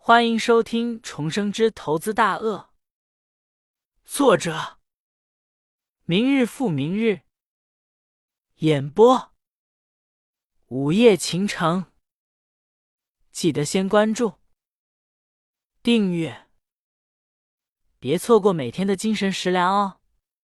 欢迎收听《重生之投资大鳄》，作者明日复明日，演播午夜情城。记得先关注、订阅，别错过每天的精神食粮哦。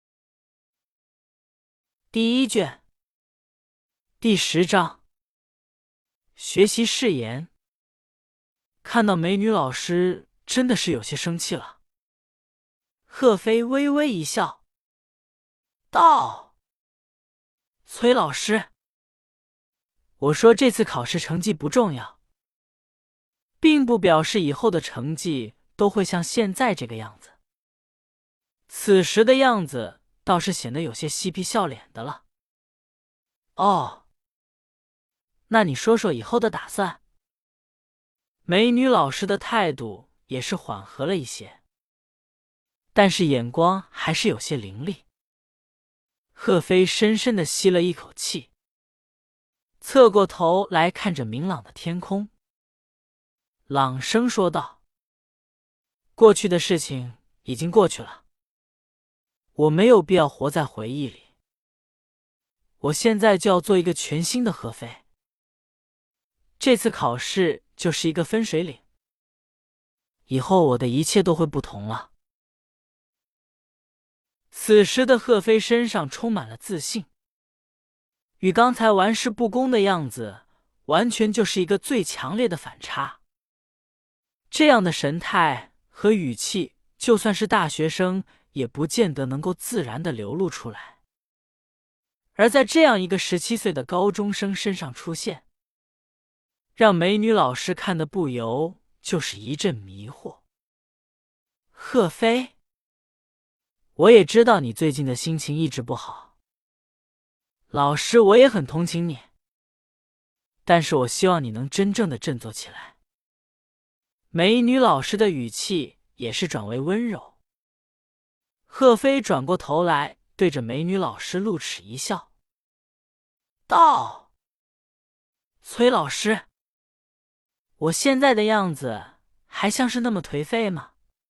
第一卷，第10章，学习誓言。看到美女老师，真的是有些生气了。贺飞微微一笑，道：“崔老师，我说这次考试成绩不重要，并不表示以后的成绩都会像现在这个样子。”此时的样子倒是显得有些嬉皮笑脸的了。哦，那你说说以后的打算？美女老师的态度也是缓和了一些，但是眼光还是有些凌厉。贺飞深深地吸了一口气，侧过头来看着明朗的天空，朗声说道：“过去的事情已经过去了，我没有必要活在回忆里。我现在就要做一个全新的贺飞。这次考试就是一个分水岭，以后我的一切都会不同了。”此时的贺飞身上充满了自信，与刚才玩世不恭的样子完全就是一个最强烈的反差。这样的神态和语气，就算是大学生也不见得能够自然地流露出来，而在这样一个17岁的高中生身上出现，让美女老师看得不由就是一阵迷惑。贺飞，我也知道你最近的心情一直不好，老师我也很同情你，但是我希望你能真正的振作起来。美女老师的语气也是转为温柔。贺飞转过头来，对着美女老师露齿一笑，道：“崔老师，我现在的样子还像是那么颓废吗？”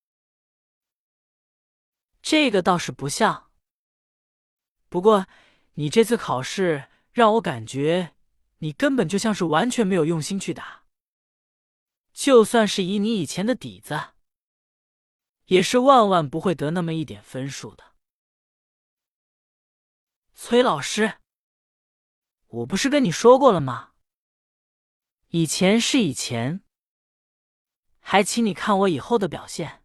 这个倒是不像。不过，你这次考试让我感觉你根本就像是完全没有用心去打。就算是以你以前的底子，也是万万不会得那么一点分数的。崔老师，我不是跟你说过了吗？以前是以前，还请你看我以后的表现。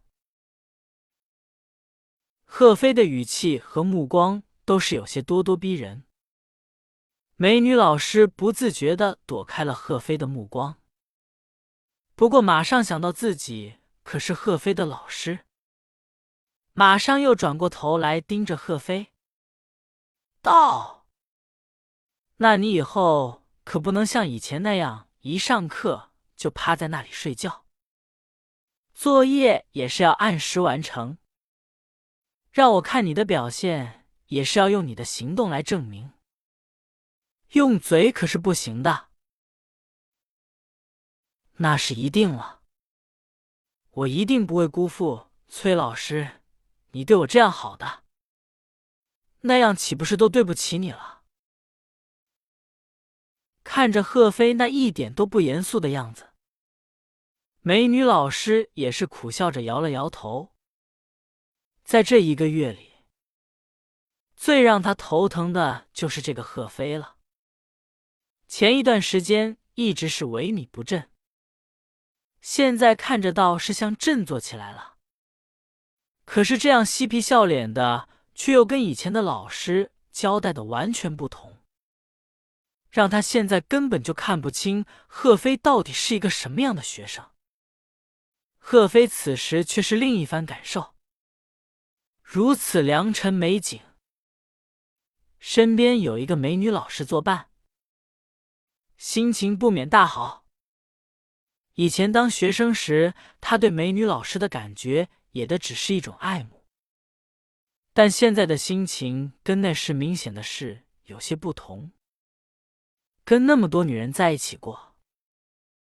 贺飞的语气和目光都是有些咄咄逼人。美女老师不自觉地躲开了贺飞的目光，不过马上想到自己可是贺飞的老师，马上又转过头来盯着贺飞，道：“那你以后可不能像以前那样一上课就趴在那里睡觉，作业也是要按时完成。让我看你的表现，也是要用你的行动来证明。用嘴可是不行的。”那是一定了，我一定不会辜负崔老师你对我这样好的，那样岂不是都对不起你了？看着贺飞那一点都不严肃的样子，美女老师也是苦笑着摇了摇头。在这1个月里，最让他头疼的就是这个贺飞了。前一段时间一直是萎靡不振，现在看着倒是像振作起来了，可是这样嬉皮笑脸的，却又跟以前的老师交代的完全不同，让他现在根本就看不清贺飞到底是一个什么样的学生。贺飞此时却是另一番感受，如此良辰美景，身边有一个美女老师作伴，心情不免大好。以前当学生时，他对美女老师的感觉也的只是一种爱慕，但现在的心情跟那时明显的是有些不同。跟那么多女人在一起过，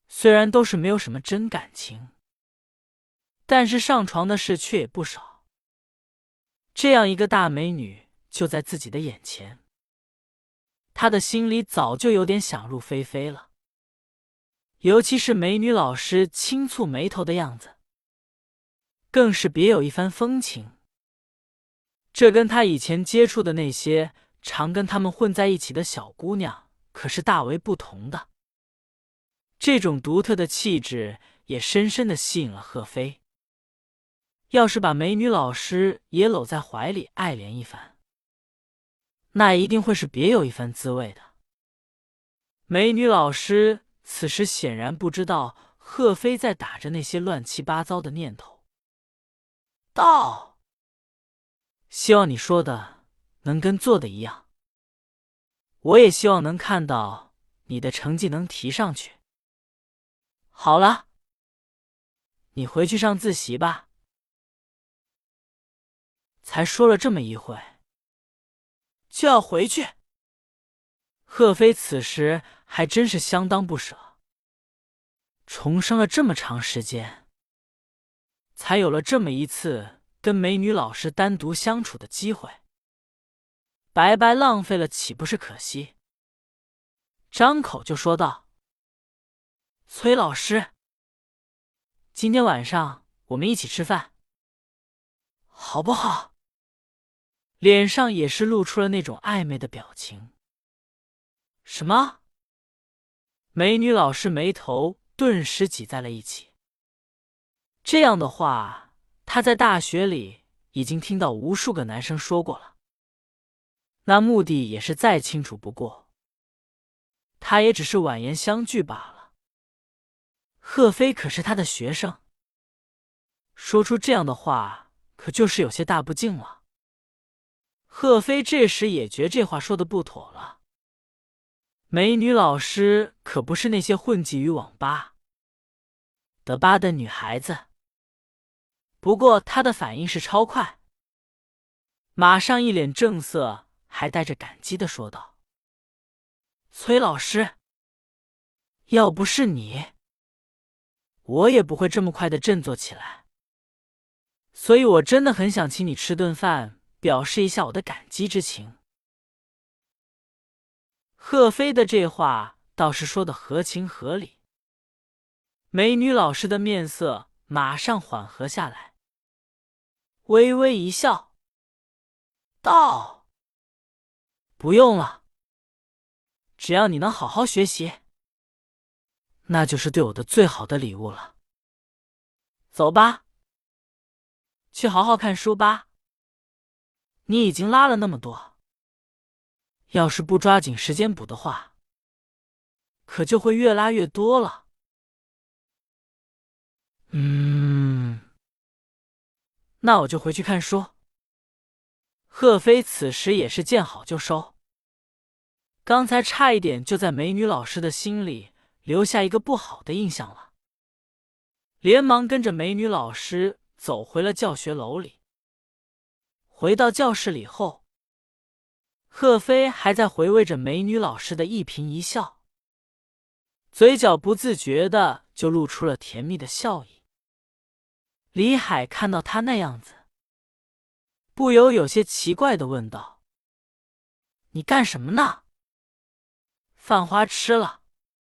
虽然都是没有什么真感情，但是上床的事却也不少。这样一个大美女就在自己的眼前，他的心里早就有点想入非非了。尤其是美女老师轻蹙眉头的样子，更是别有一番风情。这跟他以前接触的那些常跟他们混在一起的小姑娘可是大为不同的。这种独特的气质也深深地吸引了贺飞。要是把美女老师也搂在怀里爱怜一番，那一定会是别有一番滋味的。美女老师此时显然不知道贺飞在打着那些乱七八糟的念头，道：希望你说的能跟做的一样，我也希望能看到你的成绩能提上去。好了，你回去上自习吧。才说了这么一会，就要回去。贺飞此时还真是相当不舍，重生了这么长时间，才有了这么一次跟美女老师单独相处的机会，白白浪费了岂不是可惜？张口就说道：崔老师，今天晚上我们一起吃饭，好不好？脸上也是露出了那种暧昧的表情。什么？美女老师眉头顿时挤在了一起。这样的话，她在大学里已经听到无数个男生说过了，那目的也是再清楚不过。她也只是婉言相拒罢了。贺飞可是她的学生，说出这样的话可就是有些大不敬了。贺飞这时也觉这话说的不妥了。美女老师可不是那些混迹于网吧的女孩子。不过她的反应是超快，马上一脸正色，还带着感激的说道：崔老师，要不是你，我也不会这么快的振作起来，所以我真的很想请你吃顿饭，表示一下我的感激之情。贺飞的这话倒是说的合情合理。美女老师的面色马上缓和下来，微微一笑，道：不用了，只要你能好好学习，那就是对我的最好的礼物了。走吧，去好好看书吧。你已经拉了那么多，要是不抓紧时间补的话，可就会越拉越多了。那我就回去看书。贺飞此时也是见好就收，刚才差一点就在美女老师的心里留下一个不好的印象了，连忙跟着美女老师走回了教学楼里。回到教室里后，贺飞还在回味着美女老师的一颦一笑，嘴角不自觉的就露出了甜蜜的笑意。李海看到他那样子，不由有些奇怪的问道：你干什么呢？饭花吃了。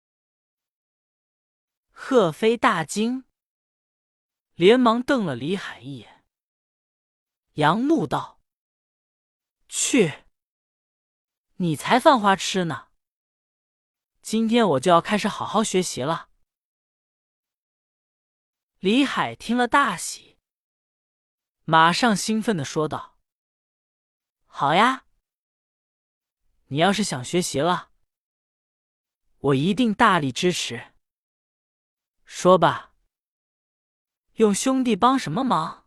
贺飞大惊，连忙瞪了李海一眼，扬怒道：去，你才饭花吃呢！今天我就要开始好好学习了。李海听了大喜，马上兴奋地说道：好呀，你要是想学习了，我一定大力支持。说吧，用兄弟帮什么忙？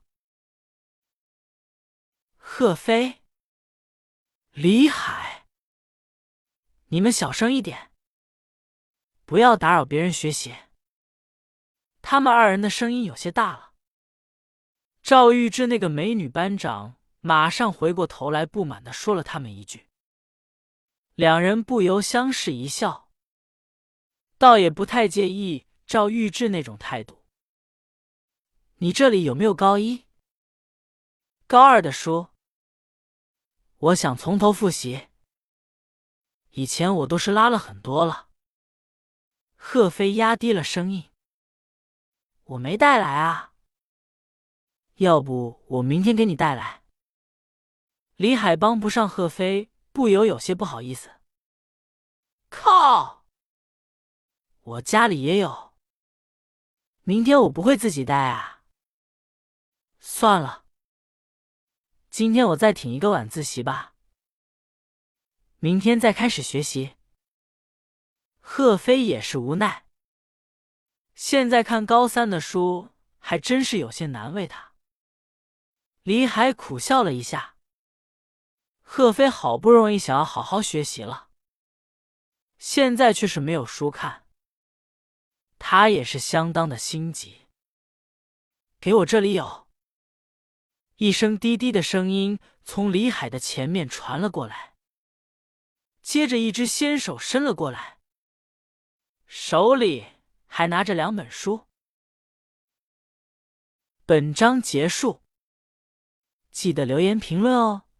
贺飞、李海，你们小声一点，不要打扰别人学习。他们二人的声音有些大了。赵玉芝那个美女班长马上回过头来，不满地说了他们一句。两人不由相视一笑，倒也不太介意赵玉志那种态度。你这里有没有高一、高二的书？我想从头复习。以前我都是拉了很多了。贺飞压低了声音。我没带来啊。要不我明天给你带来。李海帮不上贺飞，不由有些不好意思。靠！我家里也有。明天我不会自己带啊。算了，今天我再挺一个晚自习吧。明天再开始学习。贺飞也是无奈。现在看高三的书，还真是有些难为他。李海苦笑了一下。贺飞好不容易想要好好学习了，现在却是没有书看，他也是相当的心急。给我这里有。一声低低的声音从李海的前面传了过来，接着一只纤手伸了过来，手里还拿着2本书。本章结束，记得留言评论哦。